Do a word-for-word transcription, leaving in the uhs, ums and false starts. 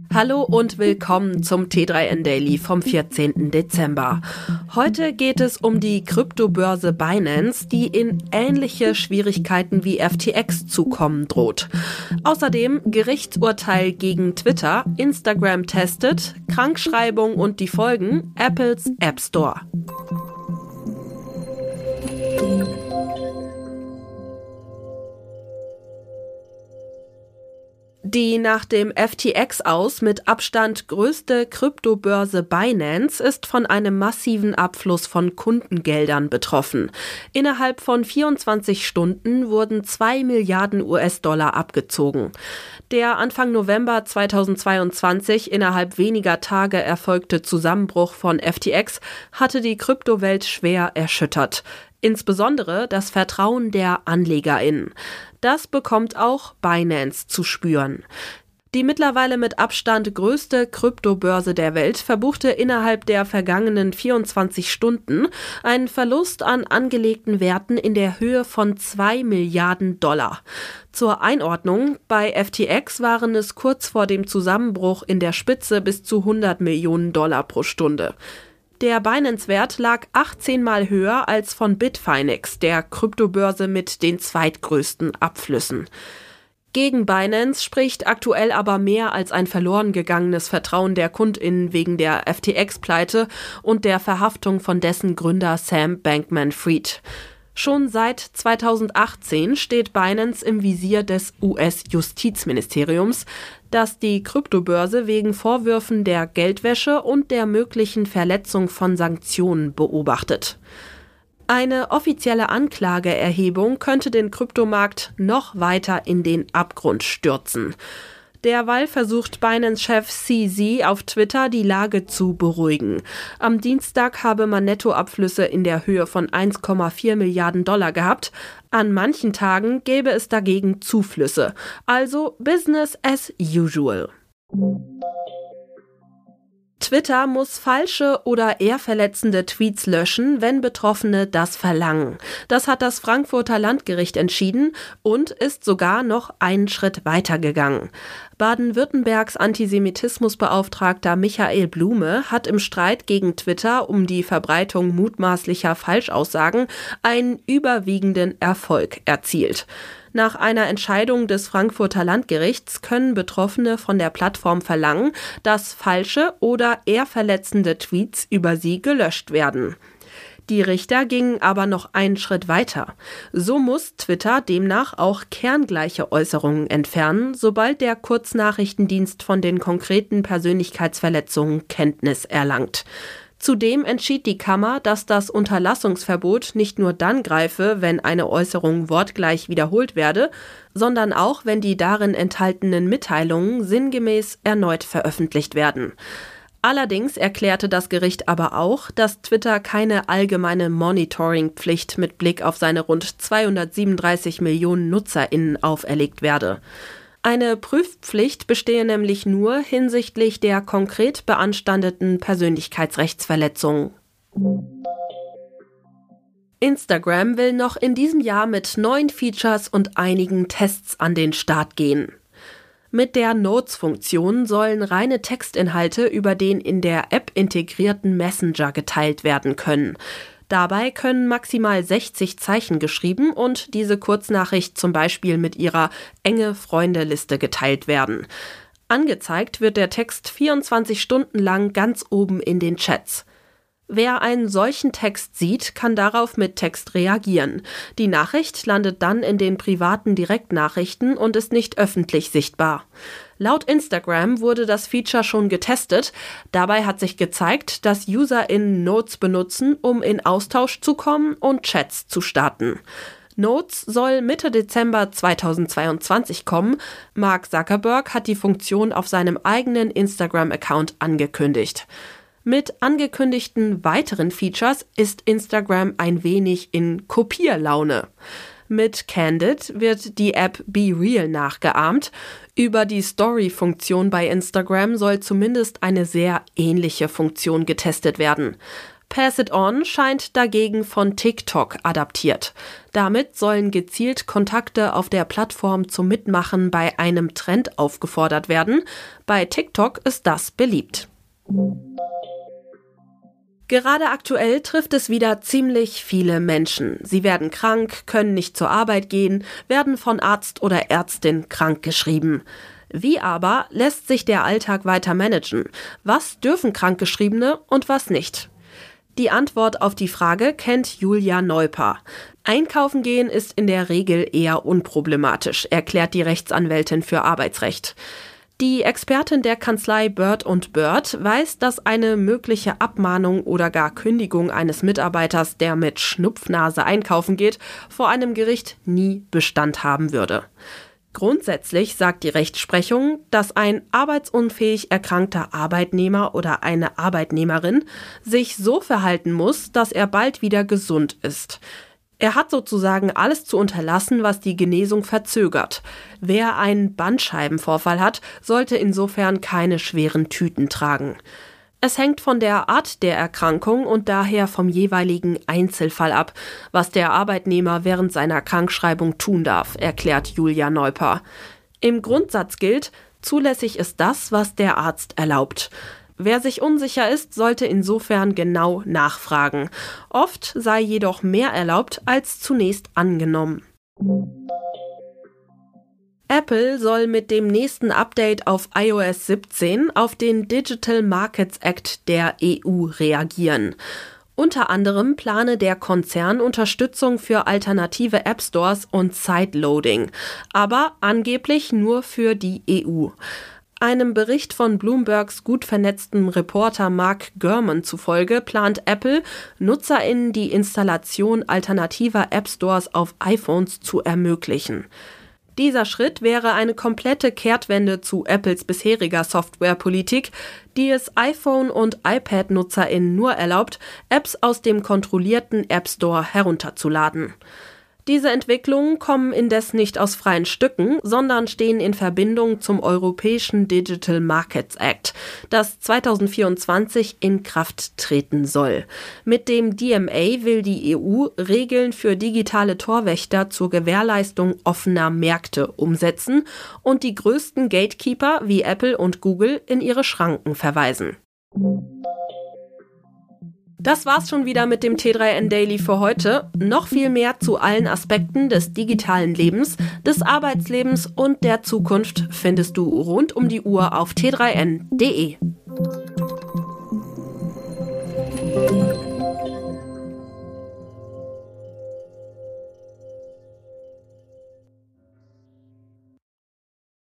Hallo und willkommen zum T drei N Daily vom vierzehnten Dezember. Heute geht es um die Kryptobörse Binance, die in ähnliche Schwierigkeiten wie F T X zu kommen droht. Außerdem Gerichtsurteil gegen Twitter, Instagram testet, Krankschreibung und die Folgen, Apples App Store. Die nach dem F T X-Aus mit Abstand größte Kryptobörse Binance ist von einem massiven Abfluss von Kundengeldern betroffen. Innerhalb von vierundzwanzig Stunden wurden zwei Milliarden U S-Dollar abgezogen. Der Anfang November zweitausendzweiundzwanzig innerhalb weniger Tage erfolgte Zusammenbruch von F T X hatte die Kryptowelt schwer erschüttert. Insbesondere das Vertrauen der AnlegerInnen. Das bekommt auch Binance zu spüren. Die mittlerweile mit Abstand größte Kryptobörse der Welt verbuchte innerhalb der vergangenen vierundzwanzig Stunden einen Verlust an angelegten Werten in der Höhe von zwei Milliarden Dollar. Zur Einordnung, bei F T X waren es kurz vor dem Zusammenbruch in der Spitze bis zu hundert Millionen Dollar pro Stunde. Der Binance-Wert lag achtzehn Mal höher als von Bitfinex, der Kryptobörse mit den zweitgrößten Abflüssen. Gegen Binance spricht aktuell aber mehr als ein verloren gegangenes Vertrauen der KundInnen wegen der F T X-Pleite und der Verhaftung von dessen Gründer Sam Bankman-Fried. Schon seit zweitausendachtzehn steht Binance im Visier des U S-Justizministeriums, das die Kryptobörse wegen Vorwürfen der Geldwäsche und der möglichen Verletzung von Sanktionen beobachtet. Eine offizielle Anklageerhebung könnte den Kryptomarkt noch weiter in den Abgrund stürzen. Derweil versucht Binance-Chef C Z auf Twitter, die Lage zu beruhigen. Am Dienstag habe man Nettoabflüsse in der Höhe von eins Komma vier Milliarden Dollar gehabt. An manchen Tagen gäbe es dagegen Zuflüsse. Also Business as usual. Twitter muss falsche oder eher verletzende Tweets löschen, wenn Betroffene das verlangen. Das hat das Frankfurter Landgericht entschieden und ist sogar noch einen Schritt weitergegangen. Baden-Württembergs Antisemitismusbeauftragter Michael Blume hat im Streit gegen Twitter um die Verbreitung mutmaßlicher Falschaussagen einen überwiegenden Erfolg erzielt. Nach einer Entscheidung des Frankfurter Landgerichts können Betroffene von der Plattform verlangen, dass falsche oder eher verletzende Tweets über sie gelöscht werden. Die Richter gingen aber noch einen Schritt weiter. So muss Twitter demnach auch kerngleiche Äußerungen entfernen, sobald der Kurznachrichtendienst von den konkreten Persönlichkeitsverletzungen Kenntnis erlangt. Zudem entschied die Kammer, dass das Unterlassungsverbot nicht nur dann greife, wenn eine Äußerung wortgleich wiederholt werde, sondern auch, wenn die darin enthaltenen Mitteilungen sinngemäß erneut veröffentlicht werden. Allerdings erklärte das Gericht aber auch, dass Twitter keine allgemeine Monitoring-Pflicht mit Blick auf seine rund zweihundertsiebenunddreißig Millionen NutzerInnen auferlegt werde. Eine Prüfpflicht bestehe nämlich nur hinsichtlich der konkret beanstandeten Persönlichkeitsrechtsverletzungen. Instagram will noch in diesem Jahr mit neuen Features und einigen Tests an den Start gehen. Mit der Notes-Funktion sollen reine Textinhalte über den in der App integrierten Messenger geteilt werden können. Dabei können maximal sechzig Zeichen geschrieben und diese Kurznachricht zum Beispiel mit ihrer enge Freundeliste geteilt werden. Angezeigt wird der Text vierundzwanzig Stunden lang ganz oben in den Chats. Wer einen solchen Text sieht, kann darauf mit Text reagieren. Die Nachricht landet dann in den privaten Direktnachrichten und ist nicht öffentlich sichtbar. Laut Instagram wurde das Feature schon getestet. Dabei hat sich gezeigt, dass UserInnen Notes benutzen, um in Austausch zu kommen und Chats zu starten. Notes soll Mitte Dezember zweitausendzweiundzwanzig kommen. Mark Zuckerberg hat die Funktion auf seinem eigenen Instagram-Account angekündigt. Mit angekündigten weiteren Features ist Instagram ein wenig in Kopierlaune. Mit Candid wird die App Be Real nachgeahmt. Über die Story-Funktion bei Instagram soll zumindest eine sehr ähnliche Funktion getestet werden. Pass It On scheint dagegen von TikTok adaptiert. Damit sollen gezielt Kontakte auf der Plattform zum Mitmachen bei einem Trend aufgefordert werden. Bei TikTok ist das beliebt. Gerade aktuell trifft es wieder ziemlich viele Menschen. Sie werden krank, können nicht zur Arbeit gehen, werden von Arzt oder Ärztin krankgeschrieben. Wie aber lässt sich der Alltag weiter managen? Was dürfen Krankgeschriebene und was nicht? Die Antwort auf die Frage kennt Julia Neuper. Einkaufen gehen ist in der Regel eher unproblematisch, erklärt die Rechtsanwältin für Arbeitsrecht. Die Expertin der Kanzlei Bird und Bird weiß, dass eine mögliche Abmahnung oder gar Kündigung eines Mitarbeiters, der mit Schnupfnase einkaufen geht, vor einem Gericht nie Bestand haben würde. Grundsätzlich sagt die Rechtsprechung, dass ein arbeitsunfähig erkrankter Arbeitnehmer oder eine Arbeitnehmerin sich so verhalten muss, dass er bald wieder gesund ist. Er hat sozusagen alles zu unterlassen, was die Genesung verzögert. Wer einen Bandscheibenvorfall hat, sollte insofern keine schweren Tüten tragen. Es hängt von der Art der Erkrankung und daher vom jeweiligen Einzelfall ab, was der Arbeitnehmer während seiner Krankschreibung tun darf, erklärt Julia Neuper. Im Grundsatz gilt, zulässig ist das, was der Arzt erlaubt. Wer sich unsicher ist, sollte insofern genau nachfragen. Oft sei jedoch mehr erlaubt als zunächst angenommen. Apple soll mit dem nächsten Update auf i O S siebzehn auf den Digital Markets Act der E U reagieren. Unter anderem plane der Konzern Unterstützung für alternative App Stores und Sideloading, aber angeblich nur für die E U. Einem Bericht von Bloombergs gut vernetztem Reporter Mark Gurman zufolge plant Apple, NutzerInnen die Installation alternativer App Stores auf iPhones zu ermöglichen. Dieser Schritt wäre eine komplette Kehrtwende zu Apples bisheriger Softwarepolitik, die es iPhone- und iPad-NutzerInnen nur erlaubt, Apps aus dem kontrollierten App Store herunterzuladen. Diese Entwicklungen kommen indes nicht aus freien Stücken, sondern stehen in Verbindung zum Europäischen Digital Markets Act, das zweitausendvierundzwanzig in Kraft treten soll. Mit dem D M A will die E U Regeln für digitale Torwächter zur Gewährleistung offener Märkte umsetzen und die größten Gatekeeper wie Apple und Google in ihre Schranken verweisen. Das war's schon wieder mit dem T drei N Daily für heute. Noch viel mehr zu allen Aspekten des digitalen Lebens, des Arbeitslebens und der Zukunft findest du rund um die Uhr auf t drei n punkt d e.